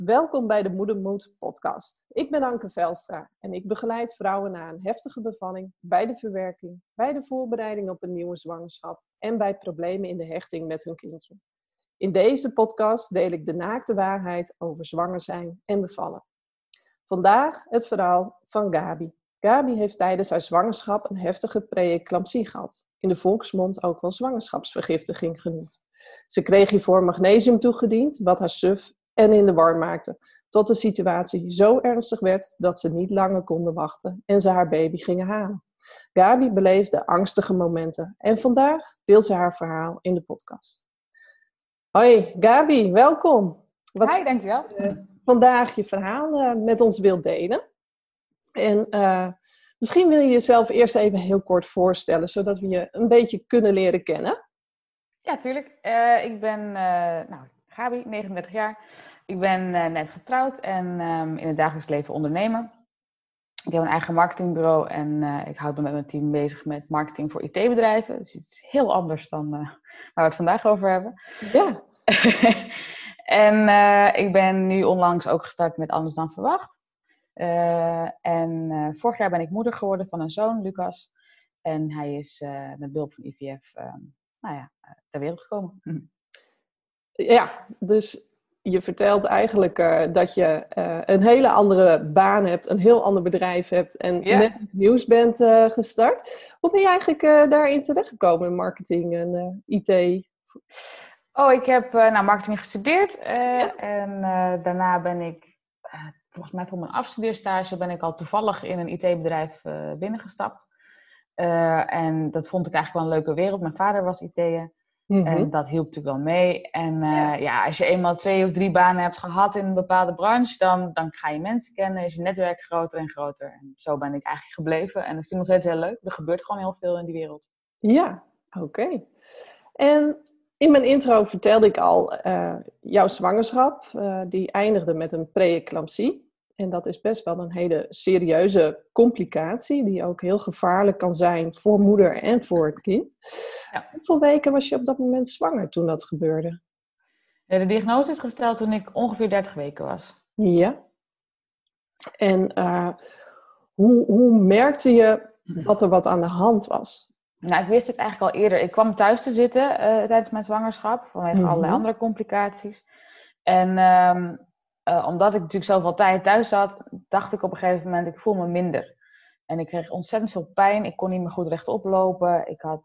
Welkom bij de Moedermoed podcast. Ik ben Anke Velstra en ik begeleid vrouwen na een heftige bevalling, bij de verwerking, bij de voorbereiding op een nieuwe zwangerschap en bij problemen in de hechting met hun kindje. In deze podcast deel ik de naakte waarheid over zwanger zijn en bevallen. Vandaag het verhaal van Gabi. Gabi heeft tijdens haar zwangerschap een heftige pre-eclampsie gehad. In de volksmond ook wel zwangerschapsvergiftiging genoemd. Ze kreeg hiervoor magnesium toegediend, wat haar suf en in de war maakte, tot de situatie zo ernstig werd dat ze niet langer konden wachten en ze haar baby gingen halen. Gabi beleefde angstige momenten en vandaag deelt ze haar verhaal in de podcast. Hoi Gabi, welkom. Hi, dankjewel. Vandaag je verhaal met ons wilt delen. En misschien wil je jezelf eerst even heel kort voorstellen, zodat we je een beetje kunnen leren kennen. Ja, tuurlijk. Ik ben Gabi, 39 jaar. Ik ben net getrouwd en in het dagelijks leven ondernemer. Ik heb een eigen marketingbureau en ik houd me met mijn team bezig met marketing voor IT-bedrijven. Dus iets heel anders dan waar we het vandaag over hebben. Ja. En ik ben nu onlangs ook gestart met Anders dan Verwacht. Vorig jaar ben ik moeder geworden van een zoon, Lucas. En hij is met behulp van IVF ter wereld gekomen. Ja, dus je vertelt eigenlijk dat je een hele andere baan hebt, een heel ander bedrijf hebt en net iets nieuws bent gestart. Hoe ben je eigenlijk daarin terechtgekomen in marketing en IT? Ik heb marketing gestudeerd en daarna ben ik, volgens mij voor mijn afstudeerstage, ben ik al toevallig in een IT-bedrijf binnengestapt. En dat vond ik eigenlijk wel een leuke wereld. Mijn vader was IT'er. En dat hielp natuurlijk wel mee. En als je eenmaal 2 of 3 banen hebt gehad in een bepaalde branche, dan ga je mensen kennen, is je netwerk groter en groter. En zo ben ik eigenlijk gebleven. En dat vind ik nog steeds heel leuk. Er gebeurt gewoon heel veel in die wereld. Ja, oké. En in mijn intro vertelde ik al, jouw zwangerschap, die eindigde met een pre-eclampsie. En dat is best wel een hele serieuze complicatie, die ook heel gevaarlijk kan zijn voor moeder en voor het kind. Ja. Hoeveel weken was je op dat moment zwanger toen dat gebeurde? Ja, de diagnose is gesteld toen ik ongeveer 30 weken was. Ja. En hoe merkte je dat er wat aan de hand was? Nou, ik wist het eigenlijk al eerder. Ik kwam thuis te zitten tijdens mijn zwangerschap, vanwege allerlei andere complicaties. En omdat ik natuurlijk zoveel tijd thuis zat, dacht ik op een gegeven moment, ik voel me minder. En ik kreeg ontzettend veel pijn. Ik kon niet meer goed rechtop lopen. Ik had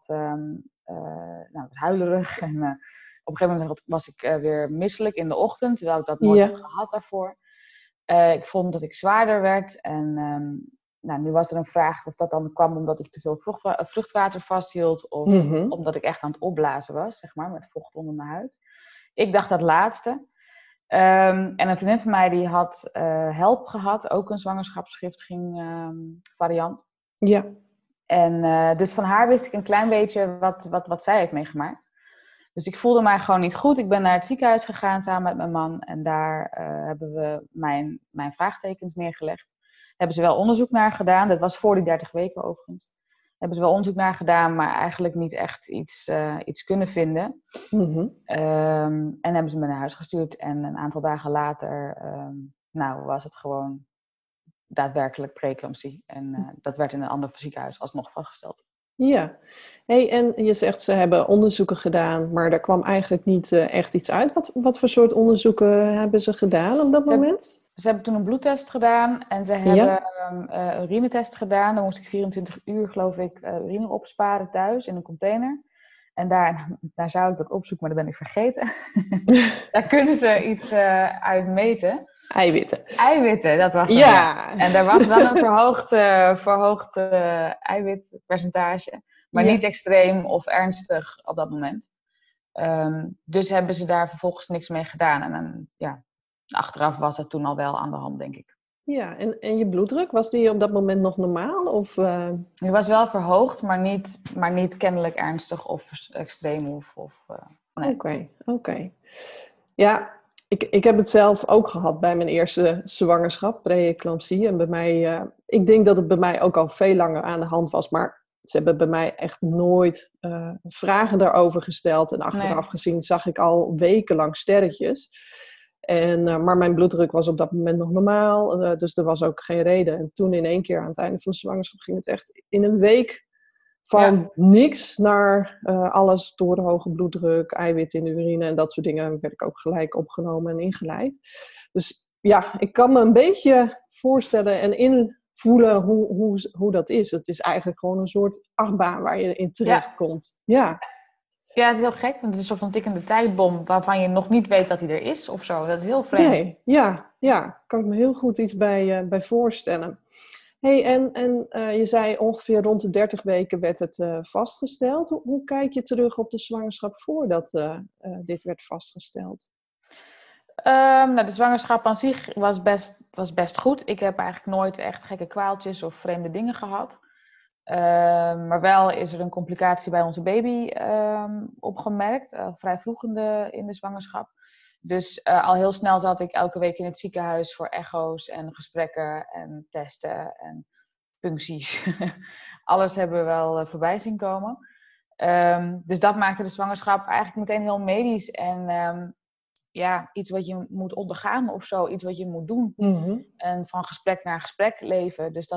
was huilerig. En op een gegeven moment was ik weer misselijk in de ochtend, terwijl ik dat nooit had gehad daarvoor. Ik vond dat ik zwaarder werd. En nu was er een vraag of dat dan kwam omdat ik te veel vruchtwater vasthield. Of omdat ik echt aan het opblazen was, zeg maar, met vocht onder mijn huid. Ik dacht dat laatste. En een vriendin van mij die had HELP gehad, ook een zwangerschapsvergiftiging variant. Ja. En dus van haar wist ik een klein beetje wat zij heeft meegemaakt. Dus ik voelde mij gewoon niet goed. Ik ben naar het ziekenhuis gegaan samen met mijn man. En daar hebben we mijn vraagtekens neergelegd. Hebben ze wel onderzoek naar gedaan. Dat was voor die 30 weken overigens. Hebben ze wel onderzoek naar gedaan, maar eigenlijk niet echt iets kunnen vinden. En hebben ze me naar huis gestuurd. En een aantal dagen later was het gewoon daadwerkelijk preeclampsie. En dat werd in een ander ziekenhuis alsnog vastgesteld. Ja. Hey, en je zegt ze hebben onderzoeken gedaan, maar daar kwam eigenlijk niet echt iets uit. Wat voor soort onderzoeken hebben ze gedaan op dat moment? Ze hebben toen een bloedtest gedaan en ze hebben een urinetest gedaan. Dan moest ik 24 uur, geloof ik, urine opsparen thuis in een container. En daar zou ik dat opzoeken, maar dat ben ik vergeten. Daar kunnen ze iets uit meten. Eiwitten, dat was het. Ja. En daar was wel een verhoogd eiwitpercentage. Maar niet extreem of ernstig op dat moment. Dus hebben ze daar vervolgens niks mee gedaan. En dan, achteraf was het toen al wel aan de hand, denk ik. Ja, en je bloeddruk, was die op dat moment nog normaal? Of, Die was wel verhoogd, maar niet kennelijk ernstig of extreem. Nee. Oké. Ja, ik heb het zelf ook gehad bij mijn eerste zwangerschap, pre-eclampsie. En bij mij, ik denk dat het bij mij ook al veel langer aan de hand was. Maar ze hebben bij mij echt nooit vragen daarover gesteld. En achteraf gezien zag ik al wekenlang sterretjes. Maar mijn bloeddruk was op dat moment nog normaal. Dus er was ook geen reden. En toen in één keer aan het einde van de zwangerschap ging het echt in een week van niks naar alles door hoge bloeddruk, eiwit in de urine en dat soort dingen. Werd ik ook gelijk opgenomen en ingeleid. Dus ja, ik kan me een beetje voorstellen en invoelen hoe dat is. Het is eigenlijk gewoon een soort achtbaan waar je in terecht komt. Ja. Ja, het is heel gek, want het is een soort van tikkende tijdbom waarvan je nog niet weet dat hij er is of zo. Dat is heel vreemd. Nee, ja, kan ik me heel goed iets bij voorstellen. Hey, en je zei ongeveer rond de 30 weken werd het vastgesteld. Hoe kijk je terug op de zwangerschap voordat dit werd vastgesteld? Nou, de zwangerschap aan zich was best goed. Ik heb eigenlijk nooit echt gekke kwaaltjes of vreemde dingen gehad. Maar wel is er een complicatie bij onze baby opgemerkt, vrij vroeg in de zwangerschap. Dus al heel snel zat ik elke week in het ziekenhuis voor echo's en gesprekken en testen en puncties. Alles hebben we wel voorbij zien komen. Dus dat maakte de zwangerschap eigenlijk meteen heel medisch en iets wat je moet ondergaan of zo, iets wat je moet doen. Mm-hmm. En van gesprek naar gesprek leven. Dus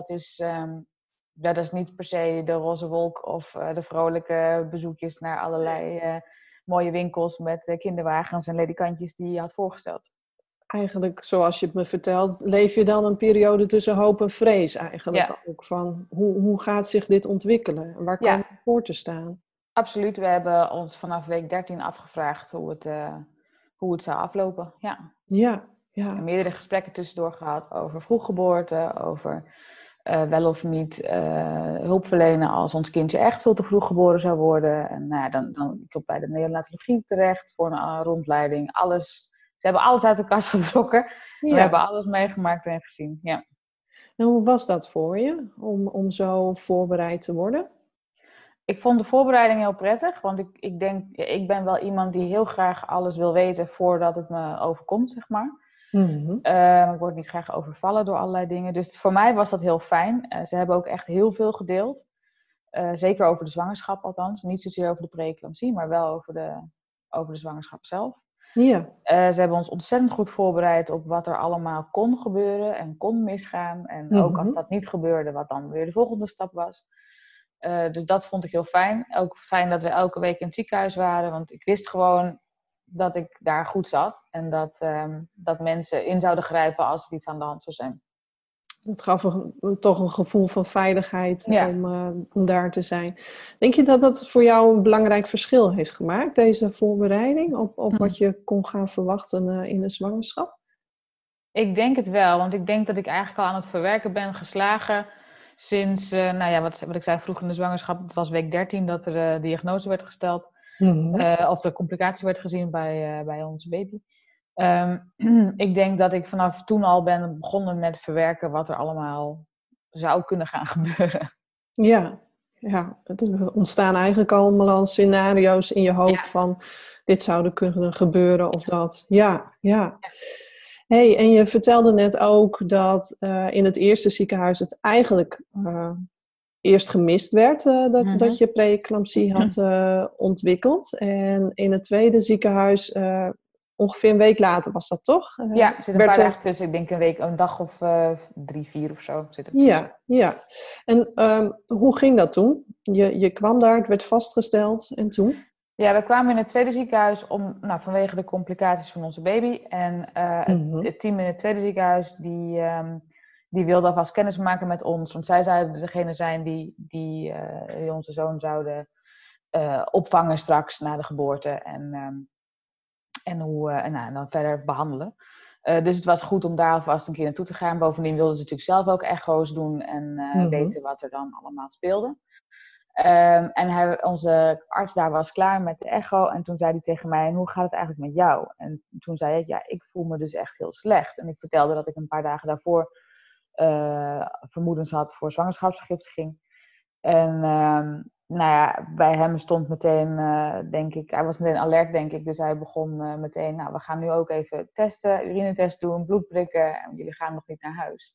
dat is niet per se de roze wolk of de vrolijke bezoekjes naar allerlei mooie winkels met kinderwagens en ledikantjes die je had voorgesteld. Eigenlijk, zoals je het me vertelt, leef je dan een periode tussen hoop en vrees eigenlijk ook. Van hoe gaat zich dit ontwikkelen? Waar komen we voor te staan? Absoluut. We hebben ons vanaf week 13 afgevraagd hoe het zou aflopen. Ja. En meerdere gesprekken tussendoor gehad over vroeggeboorte, over wel of niet hulp verlenen als ons kindje echt veel te vroeg geboren zou worden. En dan ik op bij de neonatologie terecht voor een rondleiding. Alles. Ze hebben alles uit de kast getrokken. Ja. We hebben alles meegemaakt en gezien. Ja. En hoe was dat voor je, om zo voorbereid te worden? Ik vond de voorbereiding heel prettig, want ik ben wel iemand die heel graag alles wil weten voordat het me overkomt, zeg maar. Mm-hmm. Ik word niet graag overvallen door allerlei dingen. Dus voor mij was dat heel fijn. Ze hebben ook echt heel veel gedeeld. Zeker over de zwangerschap althans. Niet zozeer over de preeclampsie, maar wel over de zwangerschap zelf. Ja. Ze hebben ons ontzettend goed voorbereid op wat er allemaal kon gebeuren en kon misgaan. En ook als dat niet gebeurde, wat dan weer de volgende stap was. Dus dat vond ik heel fijn. Ook fijn dat we elke week in het ziekenhuis waren. Want ik wist gewoon dat ik daar goed zat. En dat mensen in zouden grijpen als er iets aan de hand zou zijn. Dat gaf toch een gevoel van veiligheid om daar te zijn. Denk je dat dat voor jou een belangrijk verschil heeft gemaakt, deze voorbereiding, op wat je kon gaan verwachten in de zwangerschap? Ik denk het wel, want ik denk dat ik eigenlijk al aan het verwerken ben geslagen sinds, wat ik zei vroeg in de zwangerschap, het was week 13 dat er de diagnose werd gesteld. Of de complicatie werd gezien bij onze baby. Ik denk dat ik vanaf toen al ben begonnen met verwerken wat er allemaal zou kunnen gaan gebeuren. Ja, er ontstaan eigenlijk allemaal scenario's in je hoofd van dit zou er kunnen gebeuren of dat. Ja. Hey, en je vertelde net ook dat in het eerste ziekenhuis het eigenlijk eerst gemist werd dat je preeclampsie had ontwikkeld. En in het tweede ziekenhuis ongeveer een week later was dat toch? Ja, er zit een paar dagen tussen. Ik denk een dag of 3, 4 of zo zit er tussen. Ja. En hoe ging dat toen? Je kwam daar, het werd vastgesteld en toen? Ja, we kwamen in het tweede ziekenhuis vanwege de complicaties van onze baby. En het team in het tweede ziekenhuis die wilde alvast kennis maken met ons. Want zij zouden degene zijn die onze zoon zouden opvangen straks na de geboorte. En dan verder behandelen. Dus het was goed om daar alvast een keer naartoe te gaan. Bovendien wilden ze natuurlijk zelf ook echo's doen en weten wat er dan allemaal speelde. Onze arts daar was klaar met de echo. En toen zei hij tegen mij, en hoe gaat het eigenlijk met jou? En toen zei ik, ik voel me dus echt heel slecht. En ik vertelde dat ik een paar dagen daarvoor vermoedens had voor zwangerschapsvergiftiging. En bij hem stond meteen, denk ik, hij was meteen alert, denk ik. Dus hij begon meteen, we gaan nu ook even testen, urinetest doen, bloed prikken. En jullie gaan nog niet naar huis.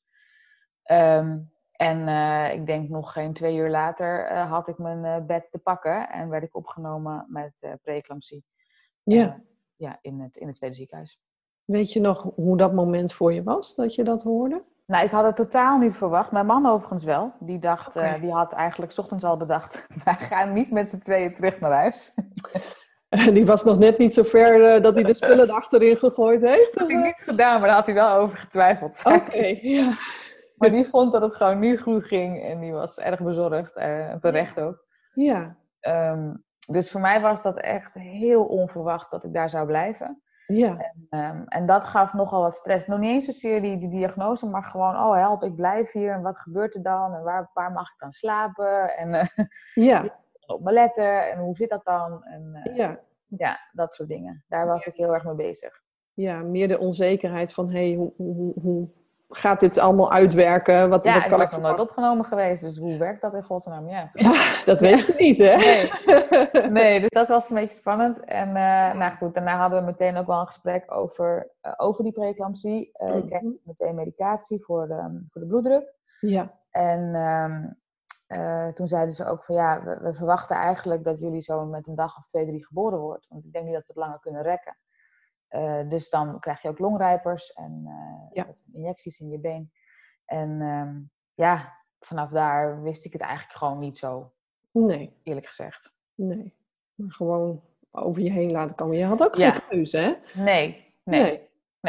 Ik denk nog geen 2 uur later had ik mijn bed te pakken en werd ik opgenomen met preeclampsie. In het tweede ziekenhuis. Weet je nog hoe dat moment voor je was, dat je dat hoorde? Nou, ik had het totaal niet verwacht. Mijn man overigens wel. Die dacht, Oké. die had eigenlijk 's ochtends al bedacht, wij gaan niet met z'n tweeën terug naar huis. Die was nog net niet zo ver dat hij de spullen achterin gegooid heeft? Dat had hij niet gedaan, maar daar had hij wel over getwijfeld. Oké, ja. Maar die vond dat het gewoon niet goed ging en die was erg bezorgd, terecht ook. Ja, Dus voor mij was dat echt heel onverwacht dat ik daar zou blijven. ja, En dat gaf nogal wat stress. Nog niet eens zozeer die diagnose, maar gewoon, oh help, ik blijf hier en wat gebeurt er dan? En waar mag ik dan slapen? En ja, op me letten en hoe zit dat dan? En ja. ja, dat soort dingen. Daar was ik heel erg mee bezig. Ja, meer de onzekerheid van, hoe gaat dit allemaal uitwerken? Wat Ja, ik kan was ik nog nooit verwachten? opgenomen geweest, dus hoe werkt dat in godsnaam? Ja. Ja, dat weet je niet, hè? Nee, dus dat was een beetje spannend. En nou goed, daarna hadden we meteen ook wel een gesprek over die preeclampsie. Ik kreeg meteen medicatie voor de bloeddruk. Ja, En toen zeiden ze ook van ja, we verwachten eigenlijk dat jullie zo met een dag of 2, 3 geboren wordt. Want ik denk niet dat we het langer kunnen rekken. Dus dan krijg je ook longrijpers en injecties in je been. En ja, vanaf daar wist ik het eigenlijk gewoon niet zo, nee, eerlijk gezegd. nee. Maar gewoon over je heen laten komen. Je had ook geen keuze, hè? Nee.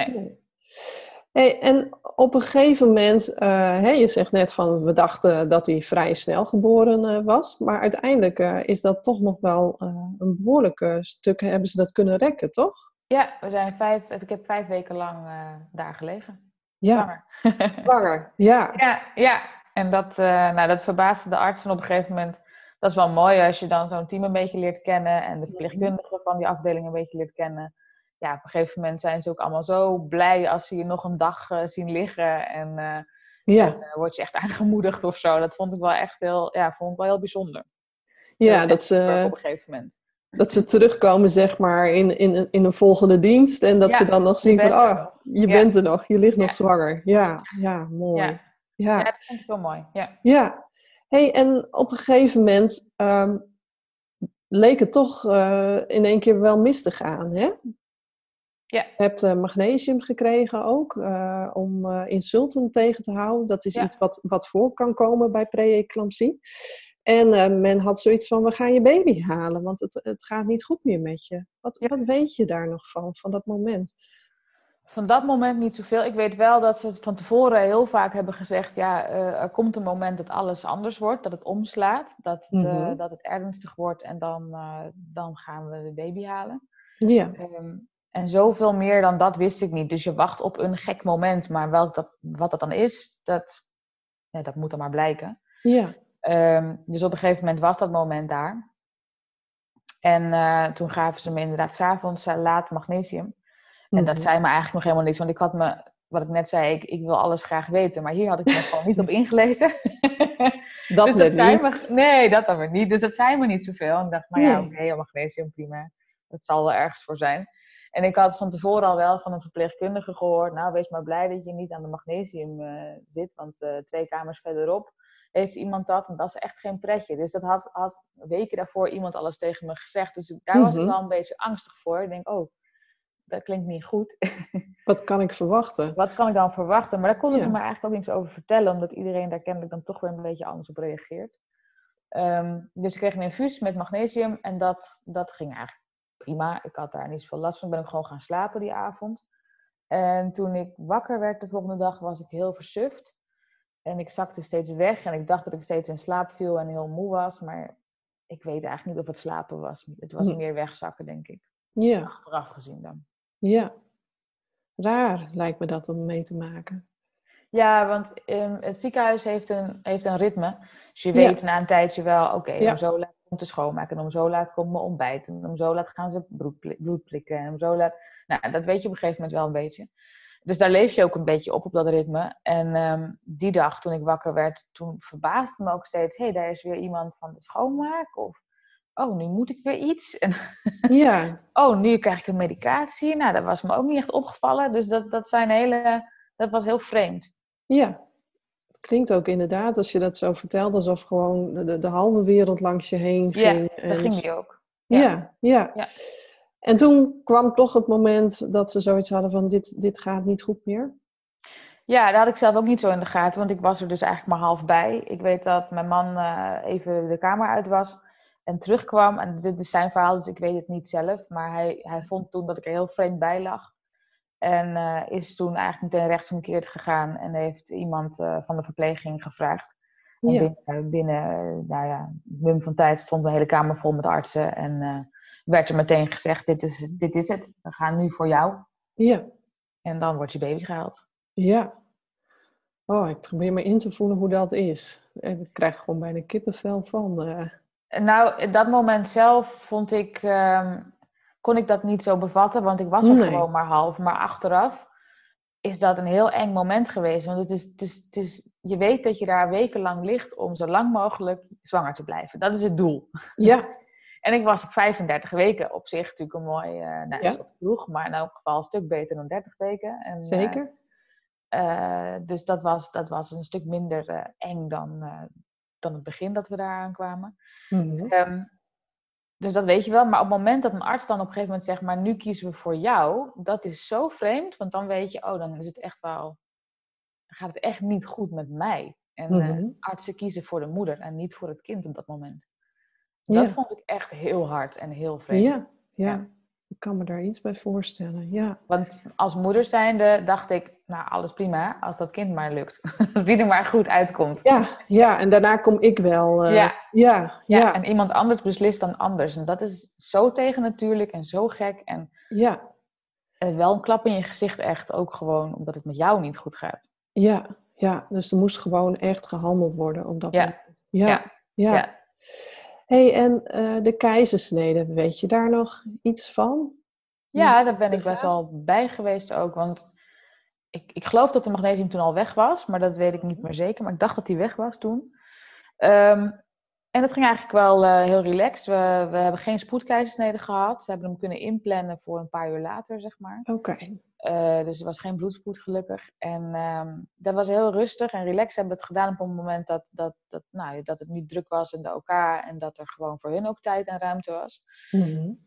Hey, en op een gegeven moment, je zegt net van, we dachten dat hij vrij snel geboren was. Maar uiteindelijk is dat toch nog wel een behoorlijk stuk, hebben ze dat kunnen rekken, toch? Ja, ik heb 5 weken lang daar gelegen. Ja, Zwanger. zwanger, ja. Ja. En dat verbaasde de artsen op een gegeven moment. Dat is wel mooi als je dan zo'n team een beetje leert kennen en de verpleegkundigen van die afdeling een beetje leert kennen. Ja, op een gegeven moment zijn ze ook allemaal zo blij als ze je nog een dag zien liggen en word je echt aangemoedigd of zo. Dat vond ik wel echt heel bijzonder. Ja, dat op een gegeven moment. Dat ze terugkomen, zeg maar, in een volgende dienst. En dat ze dan nog zien van, je bent er nog. Je ligt nog zwanger. Ja, mooi. Ja, dat vond ik wel mooi. Ja. Hey, en op een gegeven moment leek het toch in één keer wel mis te gaan, hè? Ja. Je hebt magnesium gekregen ook, om insulten tegen te houden. Dat is iets wat voor kan komen bij preeclampsie. En men had zoiets van, we gaan je baby halen, want het gaat niet goed meer met je. Wat weet je daar nog van dat moment? Van dat moment niet zoveel. Ik weet wel dat ze van tevoren heel vaak hebben gezegd, er komt een moment dat alles anders wordt, dat het omslaat, dat het ernstig wordt en dan gaan we de baby halen. Ja. En zoveel meer dan dat wist ik niet. Dus je wacht op een gek moment, maar wat dat dan is, dat moet dan maar blijken. Ja. Dus op een gegeven moment was dat moment daar. En toen gaven ze me inderdaad 's avonds laat magnesium. En dat zei me eigenlijk nog helemaal niks. Want ik had wat ik net zei, ik wil alles graag weten. Maar hier had ik me gewoon niet op ingelezen. Nee, dat dan weer niet. Dus dat zei me niet zoveel. En ik dacht, oké, magnesium, prima. Dat zal wel ergens voor zijn. En ik had van tevoren al wel van een verpleegkundige gehoord. Nou, wees maar blij dat je niet aan de magnesium zit. Want 2 kamers verderop heeft iemand dat. En dat is echt geen pretje. Dus dat had weken daarvoor iemand alles tegen me gezegd. Dus daar was ik wel een beetje angstig voor. Ik denk, dat klinkt niet goed. Wat kan ik verwachten? Wat kan ik dan verwachten? Maar daar konden ze me eigenlijk ook niets over vertellen. Omdat iedereen daar kennelijk dan toch weer een beetje anders op reageert. Dus ik kreeg een infuus met magnesium. En dat ging eigenlijk prima. Ik had daar niet zoveel last van. Ben ik gewoon gaan slapen die avond. En toen ik wakker werd de volgende dag was ik heel versuft. En ik zakte steeds weg. En ik dacht dat ik steeds in slaap viel en heel moe was. Maar ik weet eigenlijk niet of het slapen was. Het was meer wegzakken, denk ik. Ja. Achteraf gezien dan. Ja. Raar lijkt me dat om mee te maken. Ja, want het ziekenhuis heeft een ritme. Dus je weet na een tijdje wel, om zo laat komt de schoonmaken. En om zo laat komt mijn ontbijt. En om zo laat gaan ze bloed prikken. En om zo laat... Nou, dat weet je op een gegeven moment wel een beetje. Dus daar leef je ook een beetje op dat ritme. En die dag toen ik wakker werd, toen verbaasde me ook steeds... daar is weer iemand van de schoonmaak. Of, nu moet ik weer iets. En nu krijg ik een medicatie. Nou, dat was me ook niet echt opgevallen. Dus dat was heel vreemd. Ja, het klinkt ook inderdaad, als je dat zo vertelt, alsof gewoon de halve wereld langs je heen ging. Ja, dat ging die ook. Ja. En toen kwam toch het moment dat ze zoiets hadden van dit gaat niet goed meer? Ja, dat had ik zelf ook niet zo in de gaten, want ik was er dus eigenlijk maar half bij. Ik weet dat mijn man even de kamer uit was en terugkwam. En dit is zijn verhaal, dus ik weet het niet zelf. Maar hij vond toen dat ik er heel vreemd bij lag. En is toen eigenlijk meteen rechtsomkeerd gegaan en heeft iemand van de verpleging gevraagd. Ja. En binnen nou ja, een mum van tijd stond de hele kamer vol met artsen. En werd er meteen gezegd, dit is het, we gaan nu voor jou. Ja. En dan wordt je baby gehaald. Ja. Oh, ik probeer me in te voelen hoe dat is. En ik krijg gewoon bijna kippenvel van. Nou, dat moment zelf kon ik dat niet zo bevatten, want ik was er gewoon maar half. Maar achteraf is dat een heel eng moment geweest. Want je weet dat je daar wekenlang ligt om zo lang mogelijk zwanger te blijven. Dat is het doel. Ja. En ik was op 35 weken. Op zich natuurlijk een mooi, is wat vroeg, maar in elk geval een stuk beter dan 30 weken. En, zeker. Dus dat was een stuk minder eng dan het begin dat we daar aankwamen. Mm-hmm. Dus dat weet je wel. Maar op het moment dat een arts dan op een gegeven moment zegt, maar nu kiezen we voor jou, dat is zo vreemd. Want dan weet je, dan is het echt wel, dan gaat het echt niet goed met mij. En artsen kiezen voor de moeder en niet voor het kind op dat moment. Dat vond ik echt heel hard en heel vreemd. Ja. Ik kan me daar iets bij voorstellen, ja. Want als moeder zijnde dacht ik, nou alles prima, als dat kind maar lukt. Als die er maar goed uitkomt. Ja, en daarna kom ik wel. Ja. En iemand anders beslist dan anders. En dat is zo tegennatuurlijk en zo gek. En wel een klap in je gezicht echt, ook gewoon omdat het met jou niet goed gaat. Ja, dus er moest gewoon echt gehandeld worden op dat moment. Ja. Hey, en de keizersnede, weet je daar nog iets van? Ja, daar ben ik best wel bij geweest ook. Want ik geloof dat de magnesium toen al weg was, maar dat weet ik niet meer zeker. Maar ik dacht dat die weg was toen. En dat ging eigenlijk wel heel relaxed. We hebben geen spoedkeizersnede gehad. Ze hebben hem kunnen inplannen voor een paar uur later, zeg maar. Oké. Dus er was geen bloedspoed gelukkig. En dat was heel rustig en relaxed. Ze hebben het gedaan op een moment dat het niet druk was in de OK. En dat er gewoon voor hun ook tijd en ruimte was. Mm-hmm.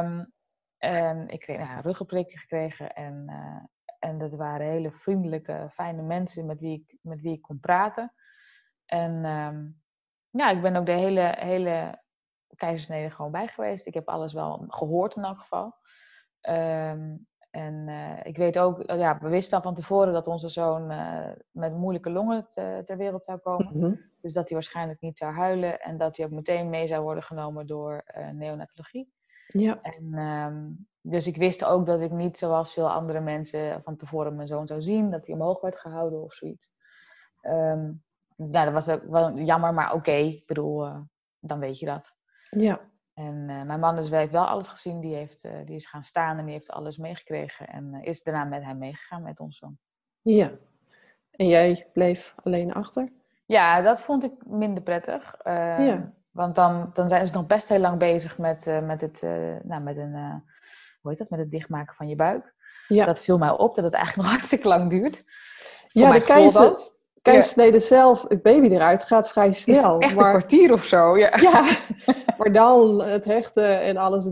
En ik kreeg een ruggenprikje gekregen. En dat waren hele vriendelijke, fijne mensen met wie ik kon praten. En ik ben ook de hele keizersnede gewoon bij geweest. Ik heb alles wel gehoord in elk geval. Ik weet ook, we wisten al van tevoren dat onze zoon met moeilijke longen ter wereld zou komen. Mm-hmm. Dus dat hij waarschijnlijk niet zou huilen. En dat hij ook meteen mee zou worden genomen door neonatologie. Ja. En dus ik wist ook dat ik niet zoals veel andere mensen van tevoren mijn zoon zou zien. Dat hij omhoog werd gehouden of zoiets. Dus dat was ook wel jammer, maar oké. Ik bedoel, dan weet je dat. Ja. En mijn man heeft wel alles gezien. Die is gaan staan en die heeft alles meegekregen. En is daarna met hem meegegaan, met ons zoon. Ja. En jij bleef alleen achter? Ja, dat vond ik minder prettig. Want dan zijn ze nog best heel lang bezig met het dichtmaken van je buik. Ja. Dat viel mij op, dat het eigenlijk nog hartstikke lang duurt. Ja, de keizersnede zelf, het baby eruit, gaat vrij snel. Echt een kwartier of zo, ja. Maar dan het hechten en alles.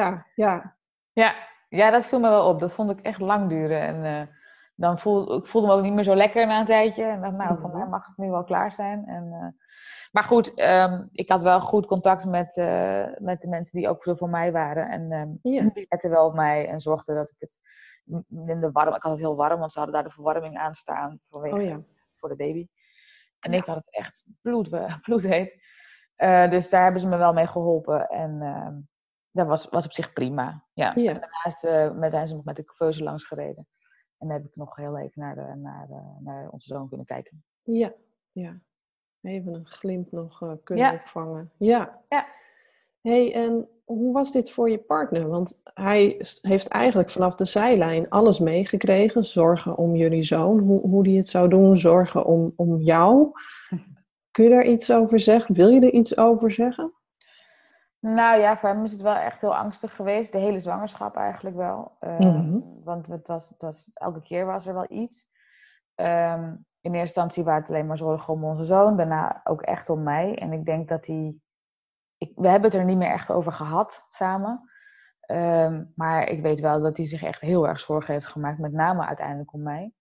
Ja, dat viel me wel op. Dat vond ik echt lang duren. En ik voelde me ook niet meer zo lekker na een tijdje. En dacht, van mij mag het nu wel klaar zijn. Maar goed, ik had wel goed contact met de mensen die ook veel voor mij waren. En die letten wel op mij en zorgden dat ik het in de warm... Ik had het heel warm, want ze hadden daar de verwarming aan staan voor de baby. En ik had het echt bloedheet. Dus daar hebben ze me wel mee geholpen. En dat was op zich prima. Ja. En daarnaast zijn ze nog met de couveuse langs gereden. En dan heb ik nog heel even naar onze zoon kunnen kijken. Ja. Even een glimp nog kunnen opvangen. Ja. Hey, en hoe was dit voor je partner? Want hij heeft eigenlijk vanaf de zijlijn alles meegekregen. Zorgen om jullie zoon, hoe die het zou doen. Zorgen om jou. Kun je daar iets over zeggen? Wil je er iets over zeggen? Nou ja, voor hem is het wel echt heel angstig geweest. De hele zwangerschap eigenlijk wel. Want elke keer was er wel iets. In eerste instantie waren het alleen maar zorgen om onze zoon. Daarna ook echt om mij. En ik denk dat we hebben het er niet meer echt over gehad samen. Maar ik weet wel dat hij zich echt heel erg zorgen heeft gemaakt. Met name uiteindelijk om mij.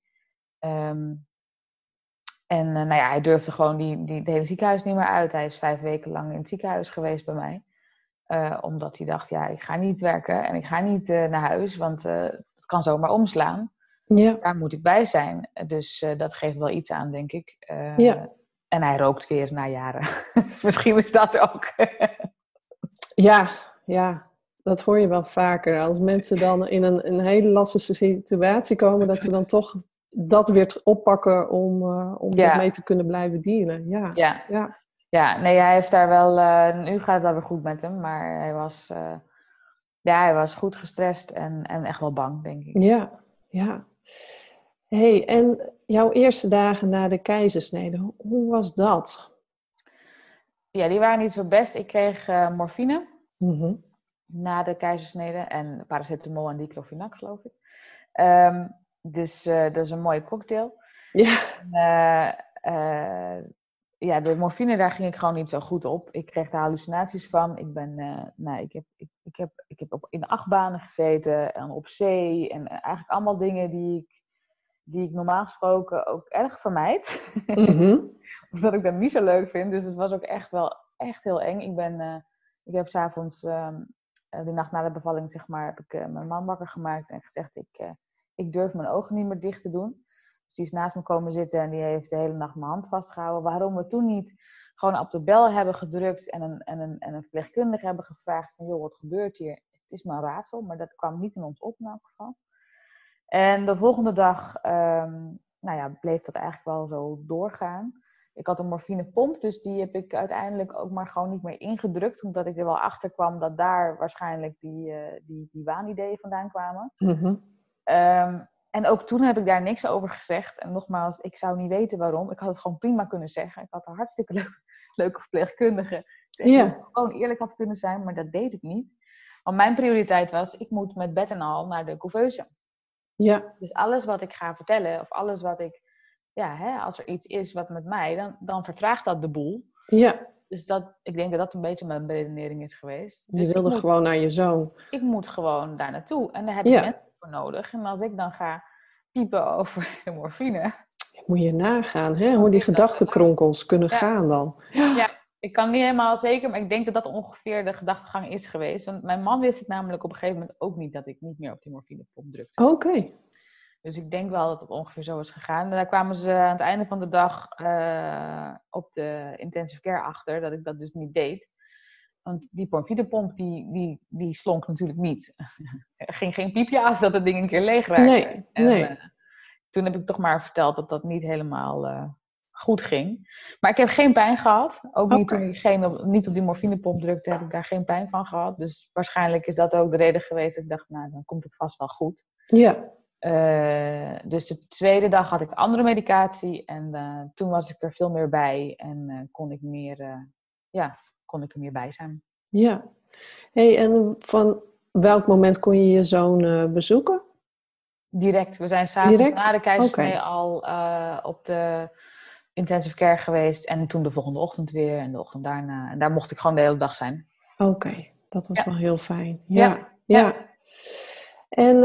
Nou ja, hij durfde gewoon het hele ziekenhuis niet meer uit. Hij is 5 weken lang in het ziekenhuis geweest bij mij. Omdat hij dacht, ja, ik ga niet werken en ik ga niet naar huis. Want het kan zomaar omslaan. Ja. Daar moet ik bij zijn. Dus dat geeft wel iets aan, denk ik. Ja. En hij rookt weer na jaren. Dus misschien is dat ook. Ja, dat hoor je wel vaker. Als mensen dan in een hele lastige situatie komen, dat ze dan toch dat weer oppakken om daarmee te kunnen blijven dealen. Ja, nee, hij heeft daar wel... nu gaat het wel weer goed met hem, maar hij was goed gestrest en echt wel bang, denk ik. Ja. Hey, en jouw eerste dagen na de keizersnede, hoe was dat? Ja, die waren niet zo best. Ik kreeg morfine Mm-hmm. na de keizersnede en paracetamol en diclofenac, geloof ik. Dus dat is een mooie cocktail. Ja. Ja, de morfine, daar ging ik gewoon niet zo goed op. Ik kreeg daar hallucinaties van. Ik heb in achtbanen gezeten en op zee. En eigenlijk allemaal dingen die ik normaal gesproken ook erg vermijd. Mm-hmm. Omdat ik dat niet zo leuk vind. Dus het was ook echt heel eng. Ik heb 's avonds, die nacht na de bevalling, zeg maar, heb ik mijn man wakker gemaakt en gezegd, ik durf mijn ogen niet meer dicht te doen. Dus die is naast me komen zitten en die heeft de hele nacht mijn hand vastgehouden. Waarom we toen niet gewoon op de bel hebben gedrukt en een verpleegkundige hebben gevraagd van, joh, wat gebeurt hier? Het is maar een raadsel, maar dat kwam niet in ons op in elk geval. En de volgende dag bleef dat eigenlijk wel zo doorgaan. Ik had een morfinepomp, dus die heb ik uiteindelijk ook maar gewoon niet meer ingedrukt. Omdat ik er wel achter kwam dat daar waarschijnlijk die waanideeën vandaan kwamen. Mm-hmm. En ook toen heb ik daar niks over gezegd. En nogmaals, ik zou niet weten waarom. Ik had het gewoon prima kunnen zeggen. Ik had een hartstikke leuke verpleegkundige. Die gewoon eerlijk had kunnen zijn, maar dat deed ik niet. Want mijn prioriteit was, ik moet met bed en al naar de couveuse. Ja. Dus alles wat ik ga vertellen, of alles wat ik... als er iets is wat met mij, dan vertraagt dat de boel. Ja. Dus ik denk dat een beetje mijn redenering is geweest. Je Dus wilde gewoon naar je zoon. Ik moet gewoon daar naartoe. En daar heb ik mensen voor nodig. En als ik dan ga piepen over de morfine... Moet je nagaan, hè? Hoe die gedachtenkronkels kunnen gaan dan. Ja, ik kan niet helemaal zeker, maar ik denk dat dat ongeveer de gedachtegang is geweest. Want mijn man wist het namelijk op een gegeven moment ook niet dat ik niet meer op die morfinepomp drukte. Oké. Dus ik denk wel dat het ongeveer zo is gegaan. En daar kwamen ze aan het einde van de dag op de intensive care achter dat ik dat dus niet deed. Want die morfinepomp die slonk natuurlijk niet. Er ging geen piepje af dat het ding een keer leeg raakte. Nee. Toen heb ik toch maar verteld dat dat niet helemaal goed ging. Maar ik heb geen pijn gehad. Ook niet toen ik niet op die morfinepomp drukte, heb ik daar geen pijn van gehad. Dus waarschijnlijk is dat ook de reden geweest dat ik dacht, nou, dan komt het vast wel goed. Ja. Dus de tweede dag had ik andere medicatie en toen was ik er veel meer bij en kon ik er meer bij zijn. Ja. Hey, en van welk moment kon je je zoon bezoeken? Direct. We zijn s'avonds na de keizersnee al op de intensive care geweest en toen de volgende ochtend weer en de ochtend daarna. En daar mocht ik gewoon de hele dag zijn. Oké, dat was wel heel fijn. Ja. En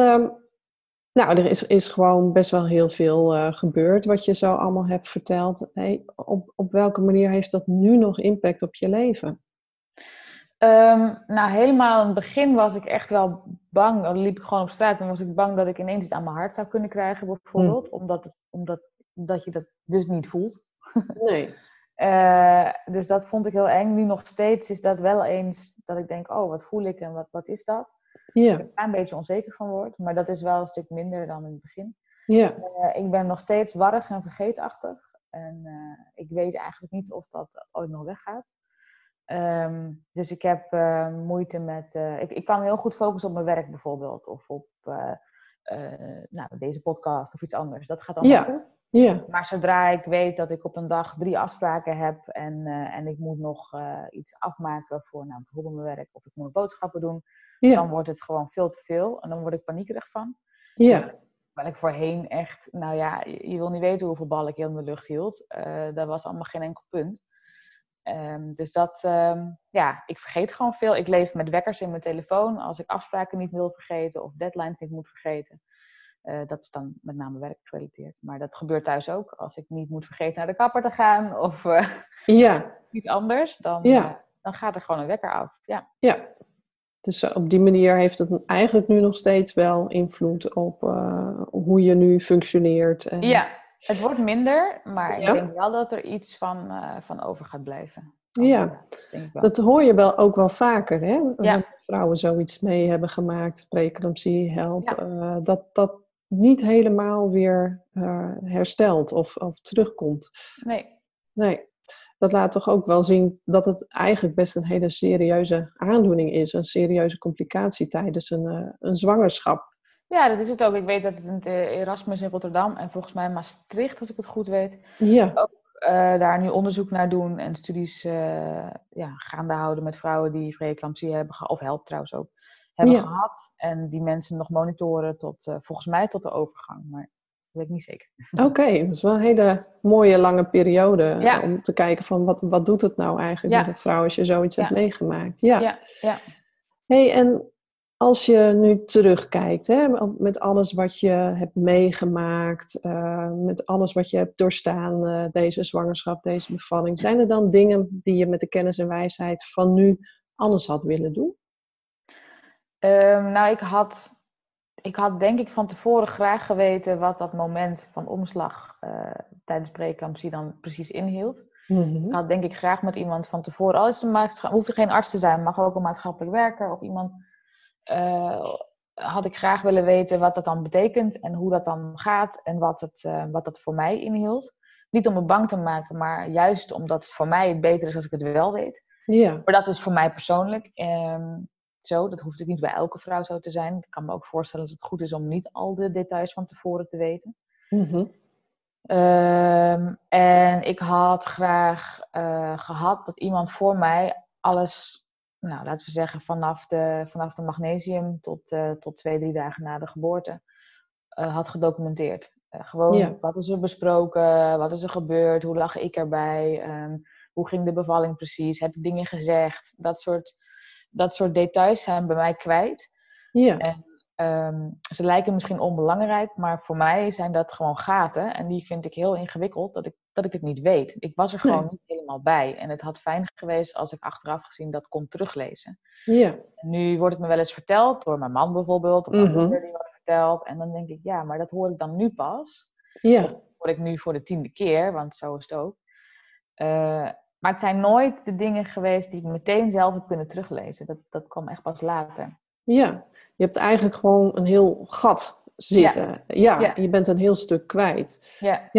er is gewoon best wel heel veel gebeurd wat je zo allemaal hebt verteld. Hey, op welke manier heeft dat nu nog impact op je leven? Helemaal in het begin was ik echt wel bang. Dan liep ik gewoon op straat en was ik bang dat ik ineens iets aan mijn hart zou kunnen krijgen, bijvoorbeeld. Omdat je dat dus niet voelt. Nee. Dus dat vond ik heel eng. Nu nog steeds is dat wel eens dat ik denk, oh, wat voel ik en wat is dat? Ja. Dat ik er een beetje onzeker van word. Maar dat is wel een stuk minder dan in het begin. Ja. Ik ben nog steeds warrig en vergeetachtig. En ik weet eigenlijk niet of dat ooit nog weggaat. Dus ik heb moeite met... Ik kan heel goed focussen op mijn werk bijvoorbeeld. Of op deze podcast of iets anders. Dat gaat allemaal goed. Ja. Maar zodra ik weet dat ik op een dag 3 afspraken heb en ik moet nog iets afmaken voor bijvoorbeeld mijn werk of ik moet boodschappen doen, dan wordt het gewoon veel te veel en dan word ik paniekerig van. Ja. Terwijl ik voorheen echt, je wil niet weten hoeveel ballen ik in de lucht hield. Dat was allemaal geen enkel punt. Dus ik vergeet gewoon veel. Ik leef met wekkers in mijn telefoon als ik afspraken niet wil vergeten of deadlines niet moet vergeten. Dat is dan met name werkgerelateerd. Maar dat gebeurt thuis ook. Als ik niet moet vergeten naar de kapper te gaan of iets anders, dan gaat er gewoon een wekker af. Ja. Dus op die manier heeft het eigenlijk nu nog steeds wel invloed op hoe je nu functioneert. Ja, het wordt minder, maar ik denk wel dat er iets van over gaat blijven. Denk ik wel. Dat hoor je ook wel vaker, hè? Dat vrouwen zoiets mee hebben gemaakt, preeclampsie, HELP, dat niet helemaal weer herstelt of terugkomt. Nee. Dat laat toch ook wel zien dat het eigenlijk best een hele serieuze aandoening is. Een serieuze complicatie tijdens een zwangerschap. Ja, dat is het ook. Ik weet dat het in het Erasmus in Rotterdam en volgens mij in Maastricht, als ik het goed weet, ook daar nu onderzoek naar doen en studies gaande houden met vrouwen die preeclampsie hebben, of HELP trouwens ook, hebben gehad. En die mensen nog monitoren volgens mij tot de overgang. Maar dat weet ik niet zeker. Oké, dat is wel een hele mooie lange periode om te kijken van wat doet het nou eigenlijk met een vrouw als je zoiets hebt meegemaakt. Ja. Hey, en als je nu terugkijkt, hè, met alles wat je hebt meegemaakt, met alles wat je hebt doorstaan, deze zwangerschap, deze bevalling, zijn er dan dingen die je met de kennis en wijsheid van nu anders had willen doen? Ik had denk ik van tevoren graag geweten wat dat moment van omslag tijdens preeclampsie dan precies inhield. Mm-hmm. Ik had denk ik graag met iemand van tevoren, hoeft er geen arts te zijn, mag ook een maatschappelijk werker of iemand, had ik graag willen weten wat dat dan betekent en hoe dat dan gaat en wat dat voor mij inhield. Niet om me bang te maken, maar juist omdat het voor mij beter is als ik het wel weet. Maar dat is voor mij persoonlijk. Dat hoeft ook niet bij elke vrouw zo te zijn. Ik kan me ook voorstellen dat het goed is om niet al de details van tevoren te weten. Mm-hmm. En ik had graag gehad dat iemand voor mij alles, laten we zeggen vanaf de magnesium tot 2-3 dagen na de geboorte, had gedocumenteerd. Wat is er besproken, wat is er gebeurd, hoe lag ik erbij, hoe ging de bevalling precies, heb ik dingen gezegd, dat soort details zijn bij mij kwijt. En ze lijken misschien onbelangrijk, maar voor mij zijn dat gewoon gaten. En die vind ik heel ingewikkeld, dat ik het niet weet. Ik was er gewoon niet helemaal bij. En het had fijn geweest als ik achteraf gezien dat kon teruglezen. En nu wordt het me wel eens verteld, door mijn man bijvoorbeeld, of een moeder die wat vertelt. En dan denk ik, maar dat hoor ik dan nu pas. Of hoor ik nu voor de 10e keer, want zo is het ook. Maar het zijn nooit de dingen geweest die ik meteen zelf heb kunnen teruglezen. Dat kwam echt pas later. Ja, je hebt eigenlijk gewoon een heel gat zitten. Je bent een heel stuk kwijt.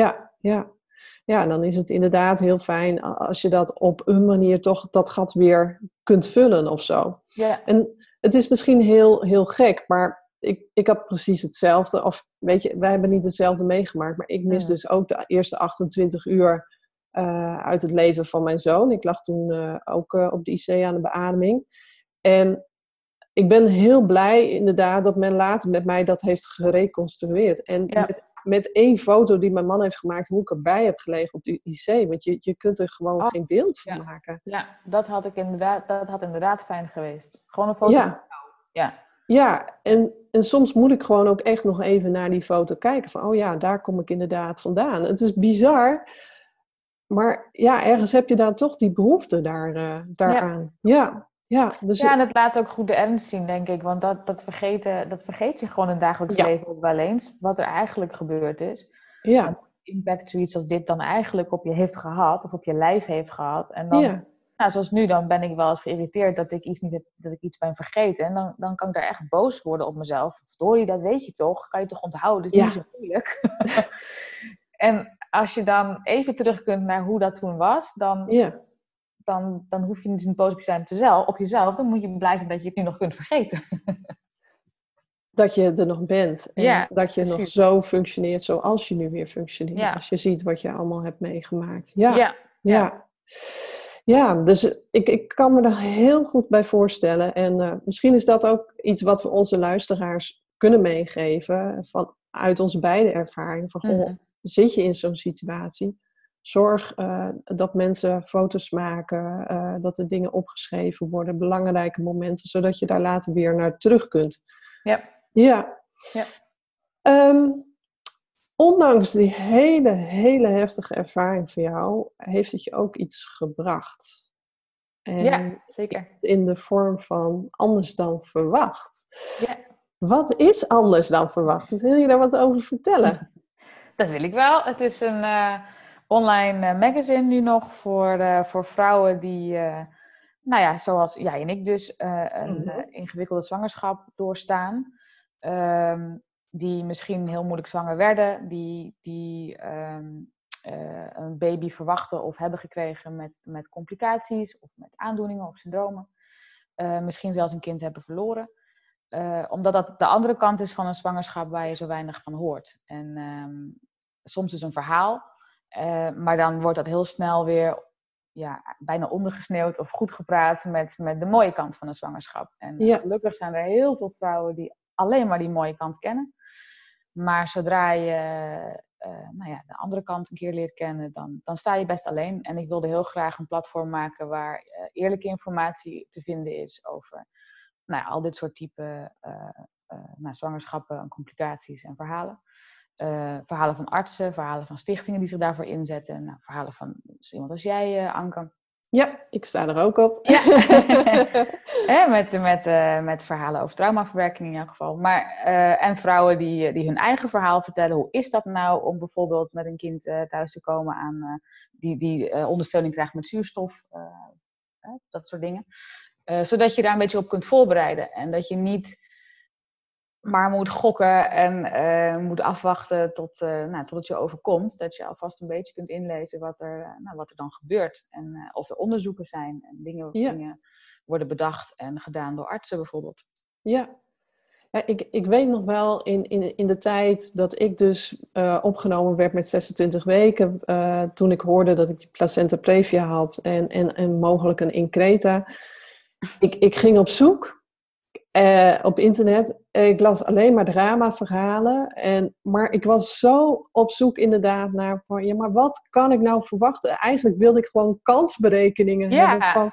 Ja, dan is het inderdaad heel fijn als je dat op een manier toch dat gat weer kunt vullen of zo. En het is misschien heel, heel gek, maar ik had precies hetzelfde. Of weet je, wij hebben niet hetzelfde meegemaakt, maar ik mis dus ook de eerste 28 uur uit het leven van mijn zoon. Ik lag toen ook op de IC aan de beademing. En ik ben heel blij inderdaad dat men later met mij dat heeft gereconstrueerd. En met één foto die mijn man heeft gemaakt, hoe ik erbij heb gelegen op de IC. Want je kunt er gewoon geen beeld van maken. Ja, dat had inderdaad fijn geweest. Gewoon een foto van jou. Ja, en soms moet ik gewoon ook echt nog even naar die foto kijken. Van, daar kom ik inderdaad vandaan. Het is bizar. Maar ergens heb je dan toch die behoefte daaraan. Dus en het laat ook goed de ernst zien, denk ik. Want dat vergeet je gewoon in het dagelijks leven ook wel eens. Wat er eigenlijk gebeurd is. En impact zoiets als dit dan eigenlijk op je heeft gehad. Of op je lijf heeft gehad. En dan, zoals nu, dan ben ik wel eens geïrriteerd dat ik iets ben vergeten. En dan kan ik daar echt boos worden op mezelf. Verdorie, dat weet je toch? Kan je toch onthouden? Dat is niet zo moeilijk. En als je dan even terug kunt naar hoe dat toen was, dan hoef je niet boos op jezelf. Dan moet je blij zijn dat je het nu nog kunt vergeten. Dat je er nog bent. En dat je nog zo functioneert zoals je nu weer functioneert. Als je ziet wat je allemaal hebt meegemaakt. Dus ik kan me daar heel goed bij voorstellen. En misschien is dat ook iets wat we onze luisteraars kunnen meegeven. Uit onze beide ervaringen. Van, zit je in zo'n situatie? Zorg dat mensen foto's maken, dat er dingen opgeschreven worden, belangrijke momenten, zodat je daar later weer naar terug kunt. Ja. Ja. Ja. Ondanks die hele, hele heftige ervaring voor jou, heeft het je ook iets gebracht. En Ja, zeker. in de vorm van anders dan verwacht. Ja. Wat is anders dan verwacht? Wil je daar wat over vertellen? Dat wil ik wel. Het is een online magazine nu nog voor vrouwen die, nou ja, zoals jij en ik dus, een ingewikkelde zwangerschap doorstaan. Die misschien heel moeilijk zwanger werden, die een baby verwachten of hebben gekregen met complicaties of met aandoeningen of syndromen. Misschien zelfs een kind hebben verloren. Omdat dat de andere kant is van een zwangerschap waar je zo weinig van hoort. En soms is een verhaal, maar dan wordt dat heel snel weer bijna ondergesneeuwd of goed gepraat met de mooie kant van een zwangerschap. En gelukkig zijn er heel veel vrouwen die alleen maar die mooie kant kennen. Maar zodra je de andere kant een keer leert kennen, dan sta je best alleen. En ik wilde heel graag een platform maken waar eerlijke informatie te vinden is over al dit soort type zwangerschappen en complicaties en verhalen. Verhalen van artsen, verhalen van stichtingen die zich daarvoor inzetten. Verhalen van iemand als jij, Anke. Ja, ik sta er ook op. Ja. met verhalen over traumaverwerking in elk geval. Maar, en vrouwen die hun eigen verhaal vertellen. Hoe is dat nou om bijvoorbeeld met een kind thuis te komen aan die ondersteuning krijgt met zuurstof. Dat soort dingen. Zodat je daar een beetje op kunt voorbereiden. En dat je niet maar moet gokken en moet afwachten tot het je overkomt. Dat je alvast een beetje kunt inlezen wat er dan gebeurt. En of er onderzoeken zijn en dingen worden bedacht en gedaan door artsen bijvoorbeeld. Ja, ik weet nog wel in de tijd dat ik dus opgenomen werd met 26 weken. Toen ik hoorde dat ik die placenta previa had en mogelijk een increta. Ik ging op zoek op internet. Ik las alleen maar dramaverhalen. Maar ik was zo op zoek inderdaad naar van, maar wat kan ik nou verwachten? Eigenlijk wilde ik gewoon kansberekeningen hebben van...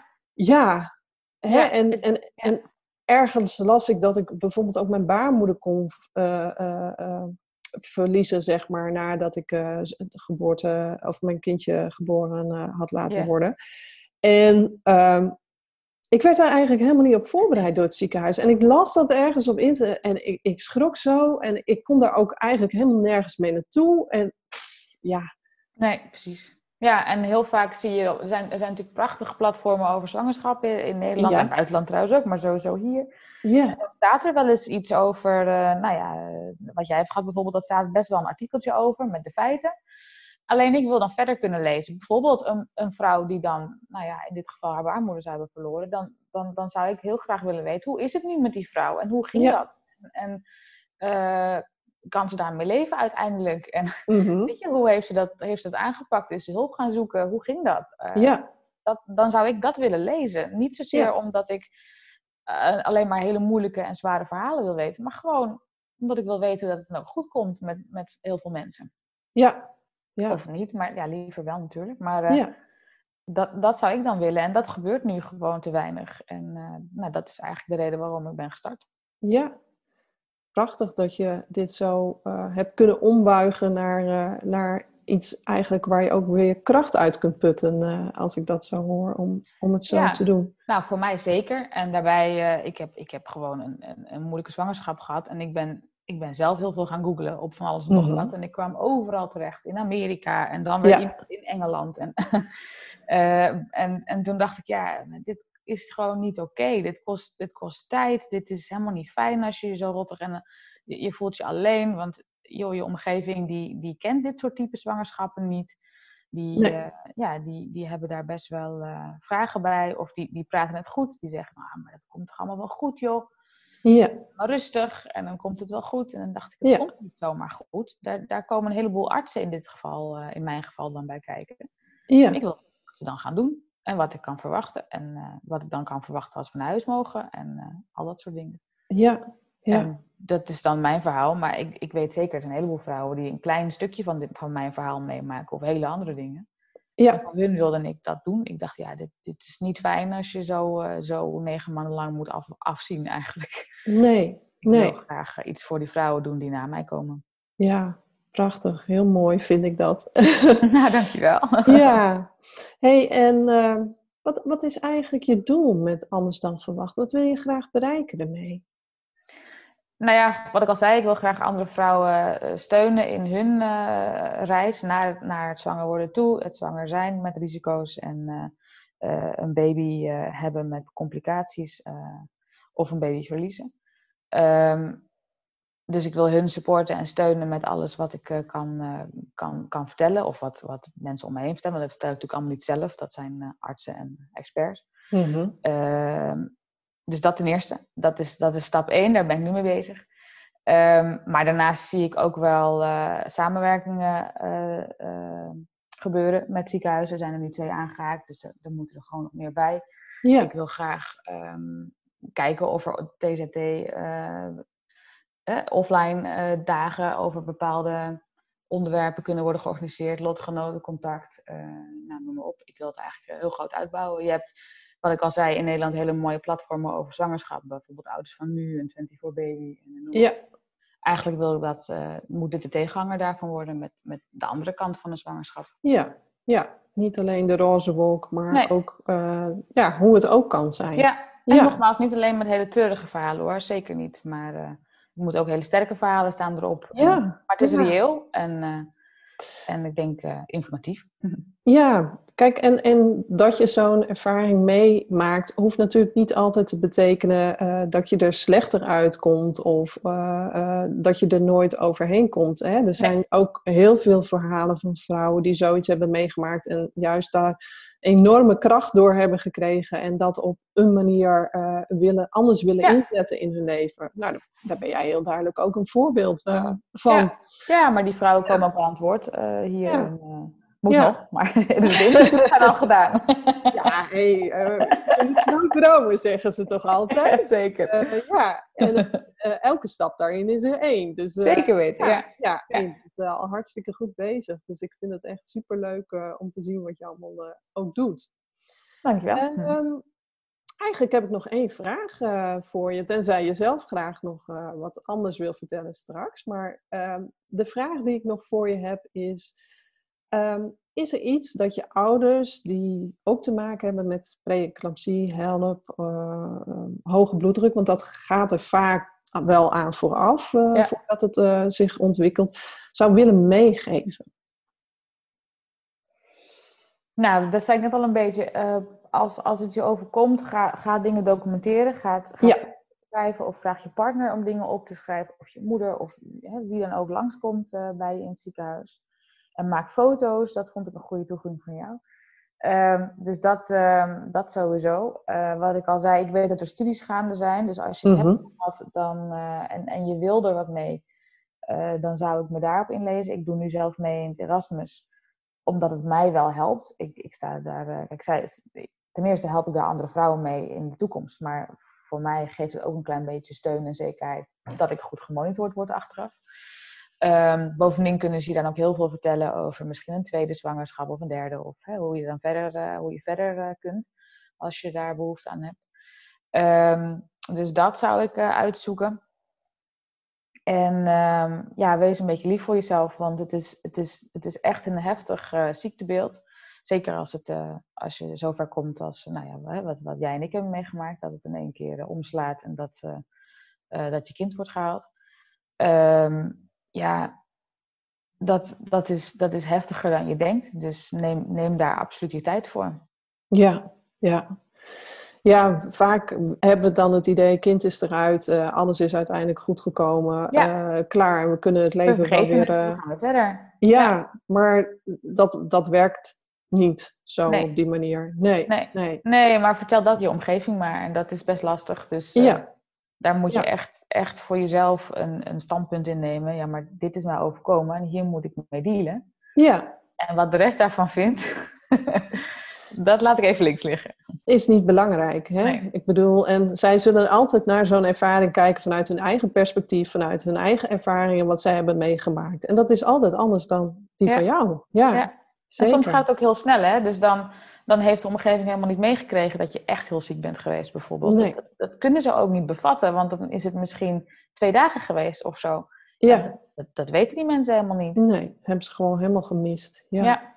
En ergens las ik dat ik bijvoorbeeld ook mijn baarmoeder kon verliezen, zeg maar, nadat ik geboorte of mijn kindje geboren had laten worden. En ik werd daar eigenlijk helemaal niet op voorbereid door het ziekenhuis. En ik las dat ergens op internet en ik schrok zo. En ik kon daar ook eigenlijk helemaal nergens mee naartoe. En Nee, precies. Ja, en heel vaak zie je, er zijn natuurlijk prachtige platformen over zwangerschap in Nederland en buitenland trouwens ook, maar sowieso hier. Ja. En staat er wel eens iets over, wat jij hebt gehad bijvoorbeeld, dat staat best wel een artikeltje over met de feiten. Alleen ik wil dan verder kunnen lezen. Bijvoorbeeld een vrouw die dan, in dit geval haar baarmoeder zou hebben verloren, dan zou ik heel graag willen weten, hoe is het nu met die vrouw en hoe ging dat? En kan ze daarmee leven uiteindelijk? En weet je, hoe heeft ze dat aangepakt? Is ze hulp gaan zoeken? Hoe ging dat? Dan zou ik dat willen lezen. Niet zozeer omdat ik alleen maar hele moeilijke en zware verhalen wil weten, maar gewoon omdat ik wil weten dat het dan ook goed komt met heel veel mensen. Ja. Of niet, maar liever wel natuurlijk. Maar dat zou ik dan willen. En dat gebeurt nu gewoon te weinig. En dat is eigenlijk de reden waarom ik ben gestart. Ja, prachtig dat je dit zo hebt kunnen ombuigen naar iets eigenlijk waar je ook weer kracht uit kunt putten. Als ik dat zo hoor, om het zo te doen. Nou, voor mij zeker. En daarbij, ik heb gewoon een moeilijke zwangerschap gehad. En ik ben zelf heel veel gaan googlen op van alles en nog wat. En ik kwam overal terecht. In Amerika en dan weer iemand in Engeland. En toen dacht ik, dit is gewoon niet oké. Dit kost tijd. Dit is helemaal niet fijn als je je zo rottig en je voelt je alleen. Want je omgeving die kent dit soort type zwangerschappen niet. Die hebben daar best wel vragen bij. Of die praten het goed. Die zeggen, maar dat komt toch allemaal wel goed, joh. Ja. Maar rustig en dan komt het wel goed. En dan dacht ik, het komt niet zomaar goed. Daar komen een heleboel artsen in dit geval, in mijn geval dan bij kijken. Ja. En ik wil wat ze dan gaan doen. En wat ik kan verwachten. En wat ik dan kan verwachten als we naar huis mogen. En al dat soort dingen. Ja. Ja. En dat is dan mijn verhaal, maar ik weet zeker, er zijn een heleboel vrouwen die een klein stukje van mijn verhaal meemaken of hele andere dingen. En van hun wilde ik dat doen. Ik dacht, ja, dit is niet fijn als je zo 9 maanden lang moet afzien eigenlijk. Nee. Ik wil graag iets voor die vrouwen doen die na mij komen. Ja, prachtig. Heel mooi vind ik dat. Nou, dankjewel. Ja. Hey, en wat is eigenlijk je doel met Anders dan verwacht? Wat wil je graag bereiken ermee? Nou ja, wat ik al zei, ik wil graag andere vrouwen steunen in hun reis naar het zwanger worden toe. Het zwanger zijn met risico's en een baby hebben met complicaties of een baby verliezen. Dus ik wil hun supporten en steunen met alles wat ik kan vertellen. Of wat mensen om me heen vertellen. Want dat vertel ik natuurlijk allemaal niet zelf. Dat zijn artsen en experts. Mm-hmm. Dus dat ten eerste. Dat is stap 1. Daar ben ik nu mee bezig. Maar daarnaast zie ik ook wel samenwerkingen gebeuren met ziekenhuizen. Er zijn er nu 2 aangehaakt. Dus er moeten er gewoon nog meer bij. Ja. Ik wil graag kijken of er TZT... offline dagen over bepaalde onderwerpen kunnen worden georganiseerd. Lotgenotencontact, noem maar op. Ik wil het eigenlijk heel groot uitbouwen. Je hebt, wat ik al zei, in Nederland hele mooie platformen over zwangerschap. Bijvoorbeeld Ouders van Nu en 24 Baby. Ja. Eigenlijk wil ik moet dit de tegenhanger daarvan worden met de andere kant van de zwangerschap. Ja. Niet alleen de roze wolk, maar ook hoe het ook kan zijn. Ja, en nogmaals, niet alleen met hele treurige verhalen hoor. Zeker niet, maar... Er moeten ook hele sterke verhalen staan erop. Ja. Maar het is reëel en ik denk informatief. Ja, kijk, en dat je zo'n ervaring meemaakt, hoeft natuurlijk niet altijd te betekenen dat je er slechter uitkomt of dat je er nooit overheen komt. Hè? Er zijn ook heel veel verhalen van vrouwen die zoiets hebben meegemaakt en juist daar enorme kracht door hebben gekregen en dat op een manier anders willen inzetten in hun leven. Nou, daar ben jij heel duidelijk ook een voorbeeld van. Ja, maar die vrouwen komen ook aan het woord hier. Moet nog, maar het is al gedaan. Ja, nooit dromen zeggen ze toch altijd? Zeker. En elke stap daarin is er 1. Dus, zeker weten, ja. En je bent al hartstikke goed bezig. Dus ik vind het echt superleuk om te zien wat je allemaal ook doet. Dankjewel. Eigenlijk heb ik nog 1 vraag voor je. Tenzij je zelf graag nog wat anders wil vertellen straks. Maar de vraag die ik nog voor je heb is... is er iets dat je ouders die ook te maken hebben met pre-eclampsie, HELP, hoge bloeddruk, want dat gaat er vaak wel aan vooraf voordat het zich ontwikkelt, zou willen meegeven? Nou, dat zei ik net al een beetje. Als het je overkomt, ga dingen documenteren. Ga schrijven of vraag je partner om dingen op te schrijven. Of je moeder of wie dan ook langskomt bij je in het ziekenhuis. En maak foto's, dat vond ik een goede toevoeging van jou. Dus dat sowieso. Wat ik al zei, ik weet dat er studies gaande zijn. Dus als je het hebt gehad en je wil er wat mee, dan zou ik me daarop inlezen. Ik doe nu zelf mee in het Erasmus, omdat het mij wel helpt. Ik sta daar, ten eerste help ik daar andere vrouwen mee in de toekomst. Maar voor mij geeft het ook een klein beetje steun en zekerheid dat ik goed gemonitord word achteraf. Bovendien kunnen ze je dan ook heel veel vertellen over misschien een tweede zwangerschap of een derde. Of hoe je verder kunt als je daar behoefte aan hebt. Dus dat zou ik uitzoeken. En wees een beetje lief voor jezelf. Want het is echt een heftig ziektebeeld. Zeker als je zover komt als wat jij en ik hebben meegemaakt. Dat het in 1 keer omslaat en dat je kind wordt gehaald. Dat is heftiger dan je denkt. Dus neem daar absoluut je tijd voor. Ja, vaak hebben we dan het idee, kind is eruit, alles is uiteindelijk goed gekomen, klaar, we kunnen het leven wel weer... We gaan verder. Ja, maar dat werkt niet zo op die manier. Nee, maar vertel dat je omgeving maar. En dat is best lastig. Dus daar moet je echt voor jezelf een standpunt in nemen. Ja, maar dit is mij overkomen en hier moet ik mee dealen. Ja. En wat de rest daarvan vindt, Dat laat ik even links liggen. Is niet belangrijk. Hè? Nee. Ik bedoel, en zij zullen altijd naar zo'n ervaring kijken vanuit hun eigen perspectief, vanuit hun eigen ervaringen, wat zij hebben meegemaakt. En dat is altijd anders dan die van jou. Ja, En zeker. soms gaat het ook heel snel, hè? Dus dan heeft de omgeving helemaal niet meegekregen dat je echt heel ziek bent geweest, bijvoorbeeld. Nee. Dat kunnen ze ook niet bevatten, want dan is het misschien 2 dagen geweest of zo. Ja. Dat weten die mensen helemaal niet. Nee, hebben ze gewoon helemaal gemist. Ja.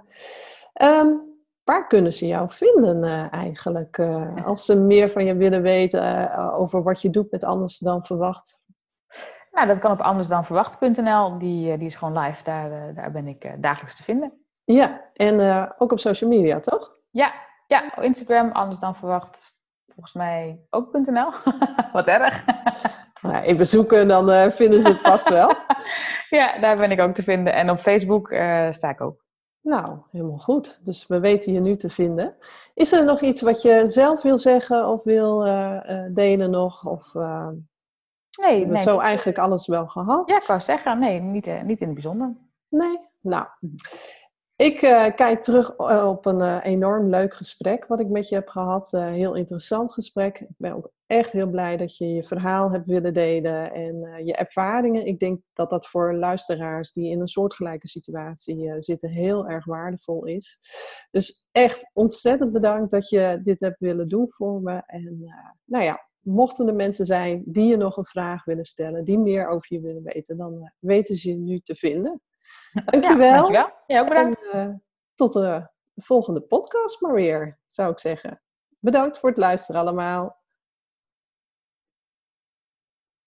Waar kunnen ze jou vinden eigenlijk? Als ze meer van je willen weten over wat je doet met Anders dan Verwacht. Nou, dat kan op andersdanverwacht.nl. Die is gewoon live. Daar ben ik dagelijks te vinden. Ja, en ook op social media, toch? Ja, op Instagram, Anders dan Verwacht. Volgens mij ook.nl. Wat erg. Nou, even zoeken, dan vinden ze het vast wel. Ja, daar ben ik ook te vinden. En op Facebook sta ik ook. Nou, helemaal goed. Dus we weten je nu te vinden. Is er nog iets wat je zelf wil zeggen of wil delen nog? Of Nee, hebben we zo eigenlijk alles wel gehad? Ja, ik wou zeggen, nee, niet in het bijzonder. Nee? Nou, ik kijk terug op een enorm leuk gesprek wat ik met je heb gehad. Heel interessant gesprek. Ik ben ook echt heel blij dat je je verhaal hebt willen delen en je ervaringen. Ik denk dat dat voor luisteraars die in een soortgelijke situatie zitten heel erg waardevol is. Dus echt ontzettend bedankt dat je dit hebt willen doen voor me. En mochten er mensen zijn die je nog een vraag willen stellen, die meer over je willen weten, dan weten ze je nu te vinden. Dankjewel. Ja, dankjewel. Ja, ook bedankt. En, tot de volgende podcast maar weer, zou ik zeggen. Bedankt voor het luisteren allemaal.